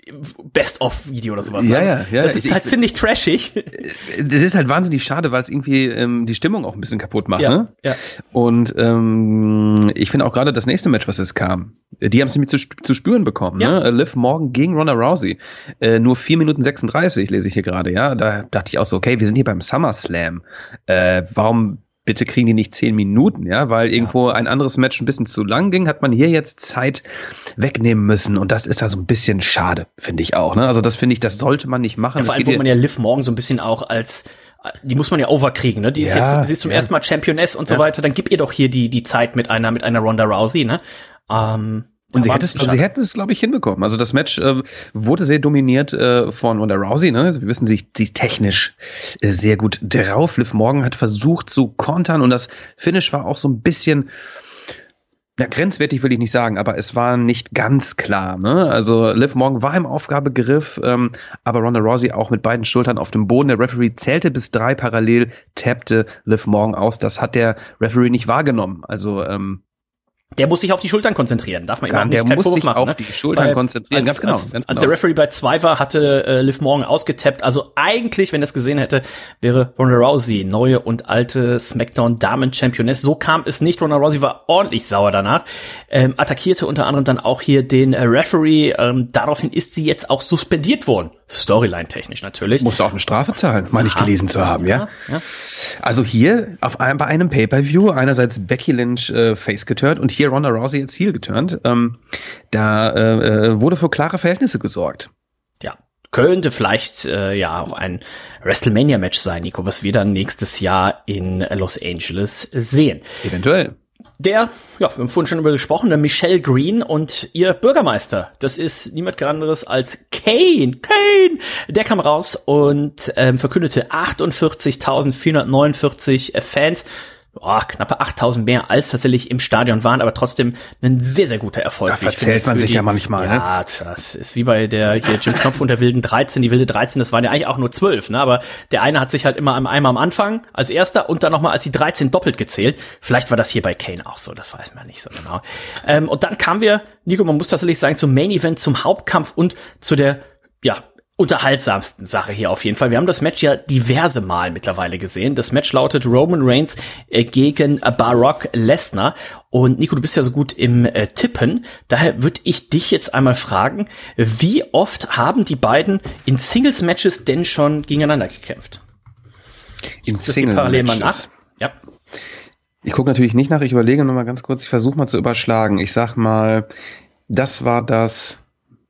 Best-of-Video oder sowas. Ja. Das ist halt ziemlich trashig. Das ist halt wahnsinnig schade, weil es irgendwie die Stimmung auch ein bisschen kaputt macht. Ne? Ja. Und ich finde auch gerade das nächste Match, was es kam, die haben es nämlich zu spüren bekommen. Ja. Ne? Liv Morgan gegen Ronda Rousey. Nur 4 Minuten 36 lese ich hier gerade. Ja, da dachte ich auch so, okay, wir sind hier beim SummerSlam. Warum bitte kriegen die nicht 10 Minuten, ja, weil irgendwo ein anderes Match ein bisschen zu lang ging, hat man hier jetzt Zeit wegnehmen müssen und das ist da so ein bisschen schade, finde ich auch, ne? Also das finde ich, das sollte man nicht machen. Ja, vor allem, wo man ja Liv Morgan so ein bisschen auch als, die muss man ja overkriegen, ne? Die ist jetzt, sie ist zum ersten Mal Championess und so weiter, dann gib ihr doch hier die Zeit mit einer Ronda Rousey, ne? Und sie hätten es, glaube ich, hinbekommen. Also das Match wurde sehr dominiert von Ronda Rousey. Ne? Also wir wissen, sie ist technisch sehr gut drauf. Liv Morgan hat versucht zu kontern und das Finish war auch so ein bisschen, ja, grenzwertig will ich nicht sagen, aber es war nicht ganz klar. Ne? Also Liv Morgan war im Aufgabegriff, aber Ronda Rousey auch mit beiden Schultern auf dem Boden. Der Referee zählte bis 3 parallel, tappte Liv Morgan aus. Das hat der Referee nicht wahrgenommen. Also der muss sich auf die Schultern konzentrieren, darf man ihm auch nicht keinen Vorwurf machen. Der muss sich auf die Schultern konzentrieren, ganz genau. Als der Referee bei 2 war, hatte Liv Morgan ausgetappt. Also eigentlich, wenn er es gesehen hätte, wäre Ronda Rousey neue und alte SmackDown-Damen-Championess. So kam es nicht. Ronda Rousey war ordentlich sauer danach. Attackierte unter anderem dann auch hier den Referee. Daraufhin ist sie jetzt auch suspendiert worden. Storyline-technisch natürlich. Musste auch eine Strafe zahlen, meine ich gelesen zu haben, ja. Also hier bei einem Pay-Per-View einerseits Becky Lynch face geturnt und hier Ronda Rousey jetzt heel geturnt. Da wurde für klare Verhältnisse gesorgt. Ja, könnte vielleicht auch ein WrestleMania-Match sein, Nico, was wir dann nächstes Jahr in Los Angeles sehen. Eventuell. Wir haben vorhin schon über gesprochen, der Michelle Green und ihr Bürgermeister. Das ist niemand anderes als Kane. Der kam raus und verkündete 48.449 Fans. Knappe 8.000 mehr als tatsächlich im Stadion waren, aber trotzdem ein sehr, sehr guter Erfolg. Da verzählt man sich ja manchmal, ne? Ja, das ist wie bei der hier Jim Knopf und der wilden 13. Die wilde 13, das waren ja eigentlich auch nur 12, ne? Aber der eine hat sich halt immer einmal am Anfang als erster und dann nochmal als die 13 doppelt gezählt. Vielleicht war das hier bei Kane auch so, das weiß man nicht so genau. Und dann kamen wir, Nico, man muss tatsächlich sagen, zum Main Event, zum Hauptkampf und zu der, unterhaltsamsten Sache hier auf jeden Fall. Wir haben das Match ja diverse Mal mittlerweile gesehen. Das Match lautet Roman Reigns gegen Brock Lesnar. Und Nico, du bist ja so gut im Tippen. Daher würde ich dich jetzt einmal fragen, wie oft haben die beiden in Singles-Matches denn schon gegeneinander gekämpft? In Singles-Matches? Ja. Ich gucke natürlich nicht nach, ich überlege noch mal ganz kurz, ich versuche mal zu überschlagen. Ich sag mal, das war das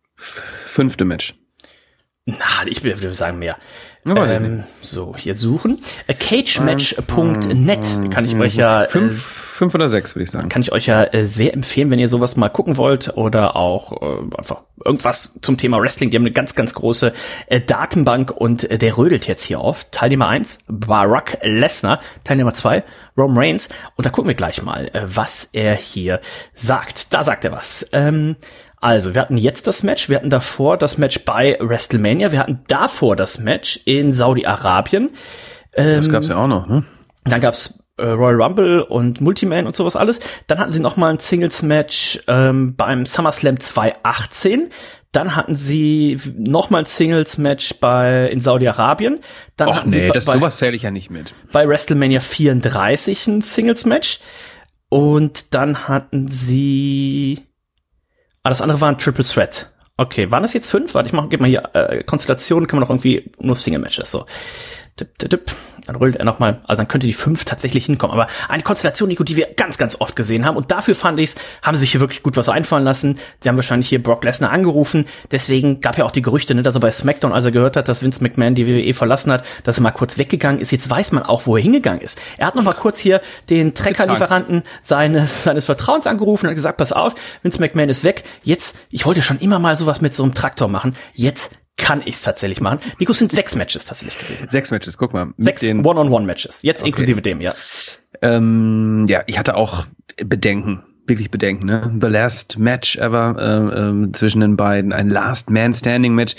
5. Match. Ich würde sagen mehr. So, hier suchen. Cagematch.net kann ich euch ja 5 oder 6 würde ich sagen. Kann ich euch ja sehr empfehlen, wenn ihr sowas mal gucken wollt oder auch einfach irgendwas zum Thema Wrestling. Die haben eine ganz, ganz große Datenbank und der rödelt jetzt hier oft. Teilnehmer 1, Brock Lesnar. Teilnehmer 2, Roman Reigns. Und da gucken wir gleich mal, was er hier sagt. Da sagt er was. Also, wir hatten jetzt das Match, wir hatten davor das Match bei WrestleMania, wir hatten davor das Match in Saudi-Arabien. Das gab's ja auch noch, ne? Dann gab's Royal Rumble und Multiman und sowas alles. Dann hatten sie noch mal ein Singles-Match beim SummerSlam 2018. Dann hatten sie noch mal ein Singles-Match in Saudi-Arabien. Dann hatten sie sowas zähle ich ja nicht mit. Bei WrestleMania 34 ein Singles-Match. Und dann hatten sie... das andere war ein Triple Threat. Okay, waren das jetzt 5? Warte, gib mal hier, Konstellationen kann man doch irgendwie nur Single-Matches, so. Dann rüllt er nochmal, also dann könnte die 5 tatsächlich hinkommen. Aber eine Konstellation, Nico, die wir ganz, ganz oft gesehen haben. Und dafür fand ich's, haben sie sich hier wirklich gut was einfallen lassen. Sie haben wahrscheinlich hier Brock Lesnar angerufen. Deswegen gab ja auch die Gerüchte, ne, dass er bei SmackDown, als er gehört hat, dass Vince McMahon die WWE verlassen hat, dass er mal kurz weggegangen ist. Jetzt weiß man auch, wo er hingegangen ist. Er hat noch mal kurz hier den Treckerlieferanten seines Vertrauens angerufen und hat gesagt, pass auf, Vince McMahon ist weg. Jetzt, ich wollte schon immer mal sowas mit so einem Traktor machen. Jetzt kann ich's tatsächlich machen. Nico, es sind 6 Matches tatsächlich gewesen. 6 Matches, guck mal. 6 One-on-One-Matches. Jetzt okay. Inklusive dem, ja. Ich hatte auch Bedenken. Wirklich Bedenken, ne? The last match ever zwischen den beiden. Ein Last-Man-Standing-Match.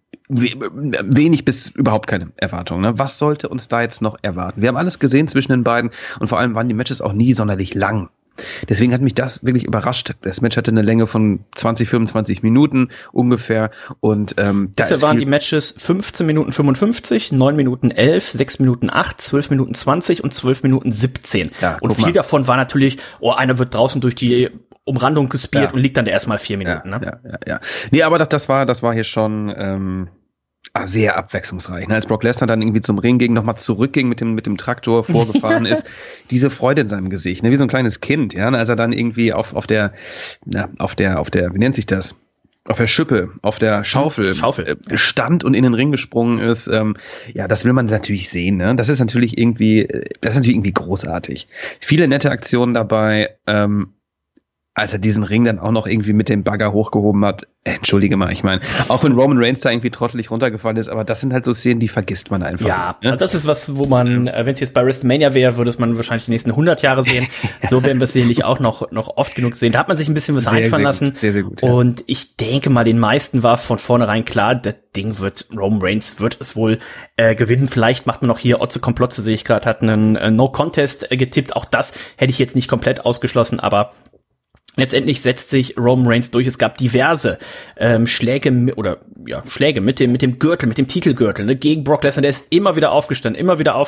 Wenig bis überhaupt keine Erwartung, ne? Was sollte uns da jetzt noch erwarten? Wir haben alles gesehen zwischen den beiden und vor allem waren die Matches auch nie sonderlich lang. Deswegen hat mich das wirklich überrascht. Das Match hatte eine Länge von 20, 25 Minuten ungefähr. Und bisher waren die Matches 15 Minuten 55, 9 Minuten 11, 6 Minuten 8, 12 Minuten 20 und 12 Minuten 17. Ja, und viel davon war natürlich, einer wird draußen durch die Umrandung gespielt und liegt dann erstmal 4 Minuten. Ja. Nee, aber das war hier schon sehr abwechslungsreich. Als Brock Lesnar dann irgendwie zum Ring ging, nochmal zurückging mit dem Traktor vorgefahren ist, diese Freude in seinem Gesicht, wie so ein kleines Kind, als er dann irgendwie auf der, wie nennt sich das? Auf der Schippe, auf der Schaufel stand und in den Ring gesprungen ist. Das will man natürlich sehen. Ne? Das ist natürlich irgendwie großartig. Viele nette Aktionen dabei. Als er diesen Ring dann auch noch irgendwie mit dem Bagger hochgehoben hat, entschuldige mal, ich meine, auch wenn Roman Reigns da irgendwie trottelig runtergefallen ist, aber das sind halt so Szenen, die vergisst man einfach. Ja, nicht, ne? Das ist was, wo man, wenn es jetzt bei WrestleMania wäre, würde es man wahrscheinlich die nächsten 100 Jahre sehen. So werden wir es sicherlich auch noch oft genug sehen. Da hat man sich ein bisschen was einfallen lassen. Sehr, sehr gut. Ja. Und ich denke mal, den meisten war von vornherein klar, das Ding Roman Reigns wird es wohl gewinnen. Vielleicht macht man noch hier Otze Komplotze, sehe ich gerade, hat einen No-Contest getippt. Auch das hätte ich jetzt nicht komplett ausgeschlossen, aber letztendlich setzt sich Roman Reigns durch. Es gab diverse Schläge mit dem Gürtel, mit dem Titelgürtel, gegen Brock Lesnar. Der ist immer wieder aufgestanden.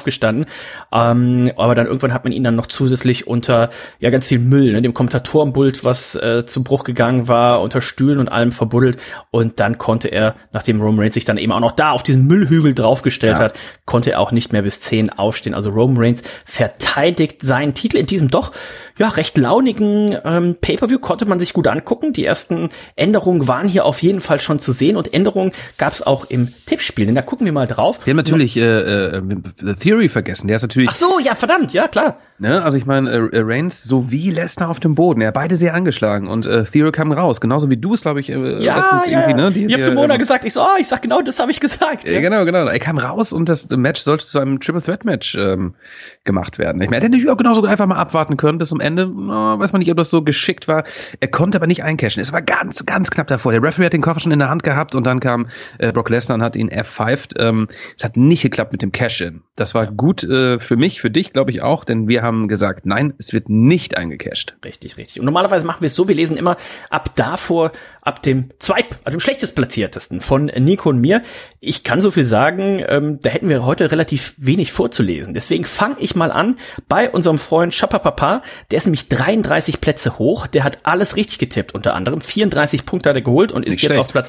Aber dann irgendwann hat man ihn dann noch zusätzlich unter ganz viel Müll, dem Kommentatorenpult, was zu Bruch gegangen war, unter Stühlen und allem verbuddelt. Und dann konnte er, nachdem Roman Reigns sich dann eben auch noch da auf diesen Müllhügel draufgestellt hat, konnte er auch nicht mehr bis 10 aufstehen. Also Roman Reigns verteidigt seinen Titel in diesem doch recht launigen Pay-Per-View, konnte man sich gut angucken. Die ersten Änderungen waren hier auf jeden Fall schon zu sehen und Änderungen gab es auch im Tippspiel, denn da gucken wir mal drauf. Wir haben natürlich The Theory vergessen, der ist natürlich... Ach so, ja, verdammt, ja, klar. Ne? Also ich meine, Reigns sowie Lesnar auf dem Boden, beide sehr angeschlagen und Theory kam raus, genauso wie du es, glaube ich, letztens irgendwie... Ne? Ich habe zu Mona gesagt, ich sag genau, das habe ich gesagt. Ja. Genau, er kam raus und das Match sollte zu einem Triple-Threat-Match gemacht werden. Ich meine, er hätte natürlich auch genauso einfach mal abwarten können bis zum Ende, weiß man nicht, ob das so geschickt war. Er konnte aber nicht eincashen. Es war ganz, ganz knapp davor. Der Referee hat den Koffer schon in der Hand gehabt und dann kam Brock Lesnar und hat ihn F5'd. Es hat nicht geklappt mit dem Cash-In. Das war gut für mich, für dich, glaube ich auch, denn wir haben gesagt, nein, es wird nicht eingecasht. Richtig. Und normalerweise machen wir es so, wir lesen immer ab dem schlechtest platziertesten von Nico und mir. Ich kann so viel sagen, da hätten wir heute relativ wenig vorzulesen. Deswegen fange ich mal an bei unserem Freund Schapapapa. Der ist nämlich 33 Plätze hoch. Der hat alles richtig getippt, unter anderem 34 Punkte hat er geholt und ist jetzt auf Platz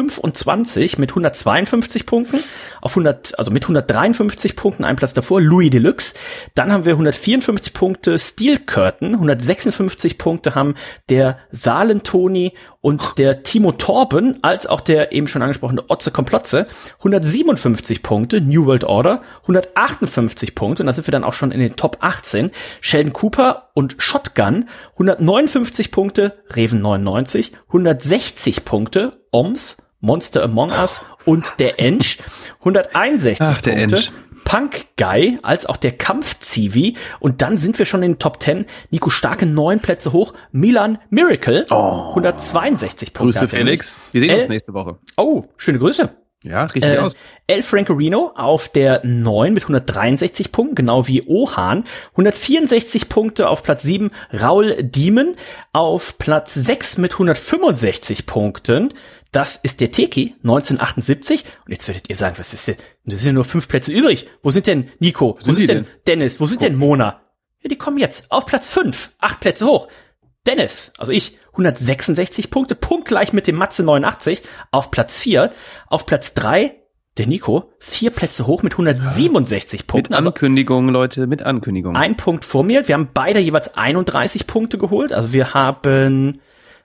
25 mit 152 Punkten. Mit 153 Punkten einen Platz davor, Louis Deluxe. Dann haben wir 154 Punkte Steel Curtain, 156 Punkte haben der Saalen-Toni und der Timo Torben, als auch der eben schon angesprochene Otze Komplotze, 157 Punkte, New World Order, 158 Punkte, und da sind wir dann auch schon in den Top 18, Sheldon Cooper und Shotgun, 159 Punkte, Reven 99, 160 Punkte, Oms, Monster Among Us und der Ensch, 161 Punkte, Ensch. Punk Guy, als auch der Kampf-Zivi. Und dann sind wir schon in den Top 10. Nico Starke 9 Plätze hoch. Milan Miracle, 162 Punkte. Grüße Felix. Wir sehen uns nächste Woche. Oh, schöne Grüße. Ja, richtig aus. El Francorino auf der 9 mit 163 Punkten, genau wie Ohan. 164 Punkte auf Platz 7. Raul Diemen auf Platz 6 mit 165 Punkten. Das ist der Teki, 1978. Und jetzt werdet ihr sagen, was ist denn? Das sind nur 5 Plätze übrig. Wo sind denn Nico? Wo sind denn Dennis? Wo sind denn Mona? Ja, die kommen jetzt auf Platz 5. 8 Plätze hoch. Dennis, also ich, 166 Punkte, punktgleich mit dem Matze 89 auf Platz 4. Auf Platz 3, der Nico, 4 Plätze hoch mit 167 Punkten. Mit Ankündigung, Leute, mit Ankündigung. Ein Punkt vor mir. Wir haben beide jeweils 31 Punkte geholt. Also wir haben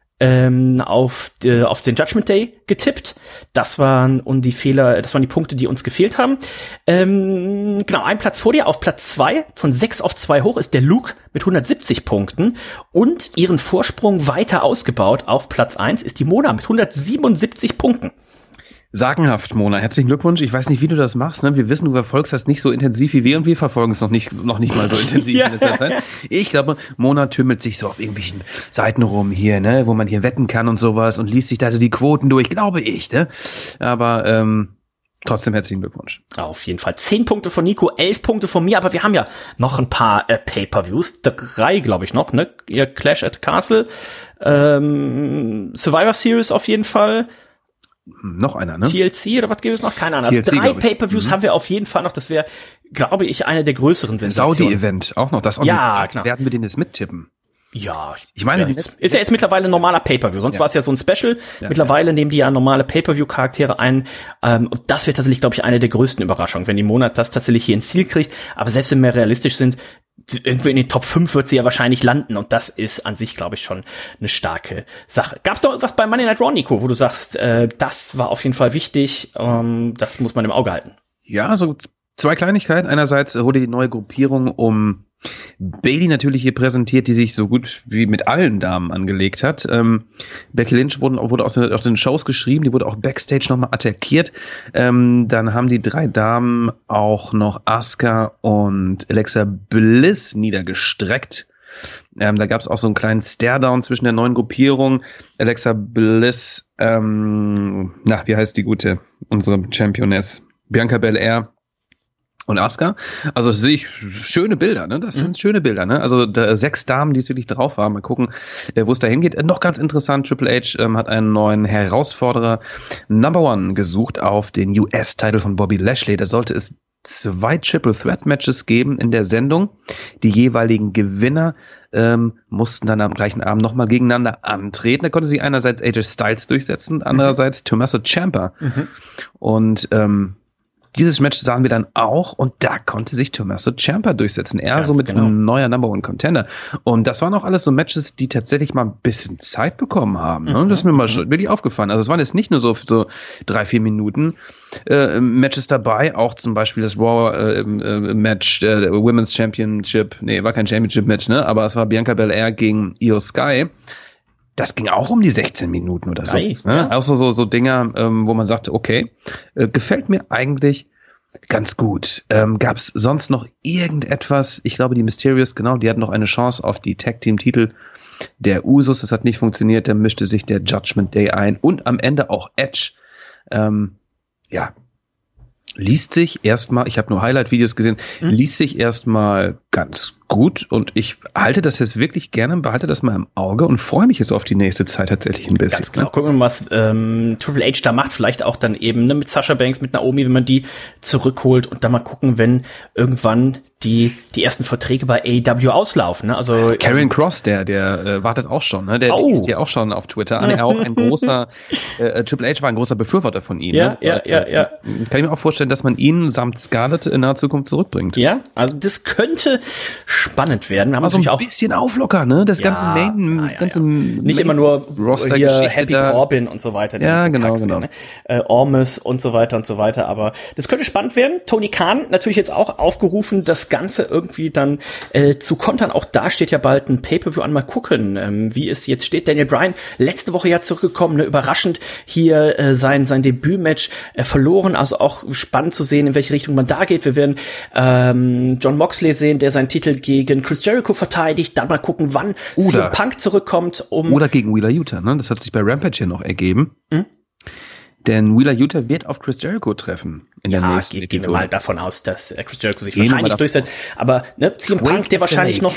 auf den Judgment Day getippt. Das waren die Punkte, die uns gefehlt haben. Genau, ein Platz vor dir, auf Platz 2, von 6 auf 2 hoch, ist der Luke mit 170 Punkten und ihren Vorsprung weiter ausgebaut. Auf Platz 1 ist die Mona mit 177 Punkten. Sagenhaft, Mona. Herzlichen Glückwunsch. Ich weiß nicht, wie du das machst. Ne? Wir wissen, du verfolgst das nicht so intensiv wie wir und wir verfolgen es noch nicht mal so intensiv in letzter Zeit. Ich glaube, Mona tümmelt sich so auf irgendwelchen Seiten rum hier, ne, wo man hier wetten kann und sowas und liest sich da so die Quoten durch, glaube ich. Ne? Aber Trotzdem herzlichen Glückwunsch. Auf jeden Fall. 10 Punkte von Nico, 11 Punkte von mir, aber wir haben ja noch ein paar Pay-Per-Views. 3, glaube ich, noch, ne? Ihr Clash at Castle, Survivor Series auf jeden Fall. Noch einer, ne? TLC oder was gibt es noch? Keine Ahnung. Also 3 Pay-Per-Views haben wir auf jeden Fall noch. Das wäre, glaube ich, eine der größeren Sensationen. Saudi-Event auch noch. Das auch ja, genau. Werden wir den jetzt mittippen? Ja, ich meine, ist ja jetzt mittlerweile ein normaler Pay-Per-View. Sonst war es ja so ein Special. Ja, mittlerweile nehmen die ja normale Pay-Per-View-Charaktere ein. Und das wird tatsächlich, glaube ich, eine der größten Überraschungen, wenn die Monat das tatsächlich hier ins Ziel kriegt. Aber selbst wenn wir realistisch sind, irgendwie in den Top 5 wird sie ja wahrscheinlich landen. Und das ist an sich, glaube ich, schon eine starke Sache. Gab es noch irgendwas bei Monday Night Raw, Nico, wo du sagst, das war auf jeden Fall wichtig, das muss man im Auge halten? Ja, so 2 Kleinigkeiten. Einerseits wurde die neue Gruppierung um Bayley natürlich hier präsentiert, die sich so gut wie mit allen Damen angelegt hat. Becky Lynch wurde aus den Shows geschrieben, die wurde auch Backstage nochmal attackiert. Dann haben die 3 Damen auch noch Asuka und Alexa Bliss niedergestreckt. Da gab es auch so einen kleinen Stare-Down zwischen der neuen Gruppierung. Alexa Bliss, wie heißt die gute, unsere Championess? Bianca Belair und Asuka. Also das sehe ich schöne Bilder, ne? Das sind schöne Bilder, ne? Also 6 Damen, die es wirklich drauf haben. Mal gucken, wo es dahin geht. Noch ganz interessant, Triple H hat einen neuen Herausforderer Number One gesucht auf den US-Titel von Bobby Lashley. Da sollte es 2 Triple Threat Matches geben in der Sendung. Die jeweiligen Gewinner mussten dann am gleichen Abend nochmal gegeneinander antreten. Da konnte sich einerseits AJ Styles durchsetzen, andererseits Tommaso Ciampa. Und dieses Match sahen wir dann auch und da konnte sich Tommaso Ciampa durchsetzen. Er somit ein neuer Number One Contender. Und das waren auch alles so Matches, die tatsächlich mal ein bisschen Zeit bekommen haben. Ne? Das ist mir mal wirklich aufgefallen. Also es waren jetzt nicht nur so 3-4 Minuten Matches dabei, auch zum Beispiel das Raw Match, Women's Championship, war kein Championship Match, ne? Aber es war Bianca Belair gegen Io Sky. Das ging auch um die 16 Minuten oder so. Nice, ne? Ja. Auch so Dinger, wo man sagte, okay, gefällt mir eigentlich ganz gut. Gab es sonst noch irgendetwas? Ich glaube, die Mysterious, genau, die hatten noch eine Chance auf die Tag-Team-Titel der Usos. Das hat nicht funktioniert. Da mischte sich der Judgment Day ein und am Ende auch Edge. Liest sich erstmal, ich habe nur Highlight-Videos gesehen, liest sich erstmal ganz gut und ich halte das jetzt wirklich gerne, behalte das mal im Auge und freue mich jetzt auf die nächste Zeit tatsächlich ein bisschen. Ganz genau, gucken wir mal, was Triple H da macht, vielleicht auch dann eben mit Sasha Banks, mit Naomi, wenn man die zurückholt und dann mal gucken, wenn irgendwann die ersten Verträge bei AEW auslaufen. Ne? Also Karrion Kross, der wartet auch schon, ne? Der teast ja auch schon auf Twitter an. Er auch ein großer Triple H war ein großer Befürworter von ihm. Ja, ne? Ja. Kann ich mir auch vorstellen, dass man ihn samt Scarlett in naher Zukunft zurückbringt. Ja, also das könnte spannend werden. Haben also ein bisschen auflockern, ne? Das ganze nicht immer nur hier Happy Corbin und so weiter. Ja, genau. Ne? Ormus und so weiter und so weiter. Aber das könnte spannend werden. Tony Khan natürlich jetzt auch aufgerufen, das Ganze irgendwie dann zu kontern. Auch da steht ja bald ein Pay-Per-View an. Mal gucken, wie es jetzt steht. Daniel Bryan, letzte Woche ja zurückgekommen, ne? Überraschend hier sein Debütmatch verloren. Also auch spannend zu sehen, in welche Richtung man da geht. Wir werden Jon Moxley sehen, der seinen Titel gegen Chris Jericho verteidigt. Dann mal gucken, wann CM Punk zurückkommt. Oder gegen Wheeler Yuta, ne? Das hat sich bei Rampage hier noch ergeben. Denn Wheeler Yuta wird auf Chris Jericho treffen in der nächsten Episode. Gehen wir mal davon aus, dass Chris Jericho sich wahrscheinlich durchsetzt. Aber CM Punk, der wahrscheinlich noch,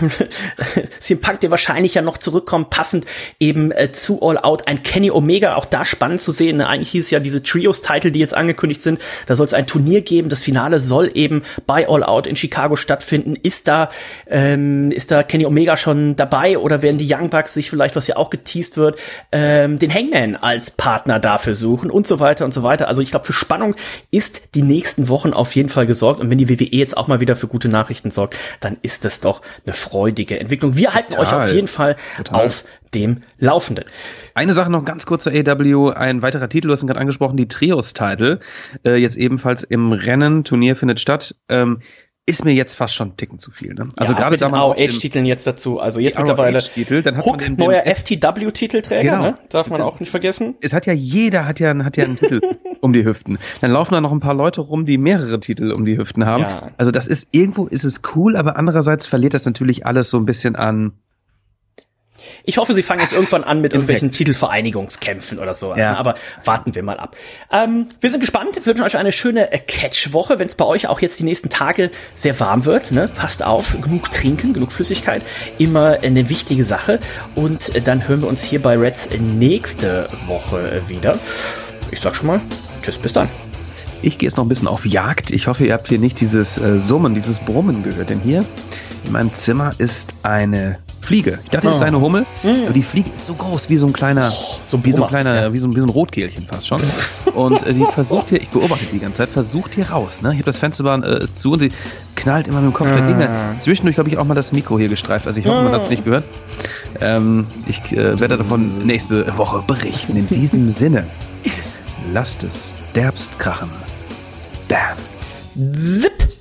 CM Punk, der wahrscheinlich ja noch zurückkommt, passend eben zu All Out, ein Kenny Omega, auch da spannend zu sehen. Ne? Eigentlich hieß es ja diese Trios-Titel, die jetzt angekündigt sind. Da soll es ein Turnier geben. Das Finale soll eben bei All Out in Chicago stattfinden. Ist da Kenny Omega schon dabei oder werden die Young Bucks sich vielleicht, was ja auch geteased wird, den Hangman als Partner dafür suchen und so weiter und so weiter. Also ich glaube, für Spannung ist die nächsten Wochen auf jeden Fall gesorgt. Und wenn die WWE jetzt auch mal wieder für gute Nachrichten sorgt, dann ist das doch eine freudige Entwicklung. Wir halten euch auf jeden Fall auf dem Laufenden. Eine Sache noch ganz kurz zur AEW. Ein weiterer Titel, du hast ihn gerade angesprochen, die Trios-Titel. Jetzt ebenfalls im Rennen. Turnier findet statt. Ist mir jetzt fast schon ein Ticken zu viel. Ne? Also gerade da mal ROH-Titeln jetzt dazu. Also jetzt mittlerweile dann hat Hook, neuer FTW-Titelträger, ne? Darf man auch nicht vergessen. Es hat ja jeder hat ja einen Titel um die Hüften. Dann laufen da noch ein paar Leute rum, die mehrere Titel um die Hüften haben. Ja. Also das ist irgendwo ist es cool, aber andererseits verliert das natürlich alles so ein bisschen an Ich hoffe, sie fangen jetzt irgendwann an mit irgendwelchen Titelvereinigungskämpfen oder sowas. Ja. Aber warten wir mal ab. Wir sind gespannt. Wir wünschen euch eine schöne Catch-Woche. Wenn es bei euch auch jetzt die nächsten Tage sehr warm wird, ne? Passt auf, genug trinken, genug Flüssigkeit. Immer eine wichtige Sache. Und dann hören wir uns hier bei Reds nächste Woche wieder. Ich sag schon mal, tschüss, bis dann. Ich gehe jetzt noch ein bisschen auf Jagd. Ich hoffe, ihr habt hier nicht dieses Summen, dieses Brummen gehört. Denn hier in meinem Zimmer ist eine Fliege. Ich dachte, das ist eine Hummel, aber die Fliege ist so groß, wie so ein kleiner, wie so ein Rotkehlchen fast schon. Und die versucht hier, ich beobachte die ganze Zeit, versucht hier raus. Ne? Ich habe das Fenster ist zu und sie knallt immer mit dem Kopf dagegen. Zwischendurch habe ich auch mal das Mikro hier gestreift. Also ich hoffe, man hat es nicht gehört. Ich werde davon nächste Woche berichten. In diesem Sinne, lasst es derbst krachen. Bam. Zip.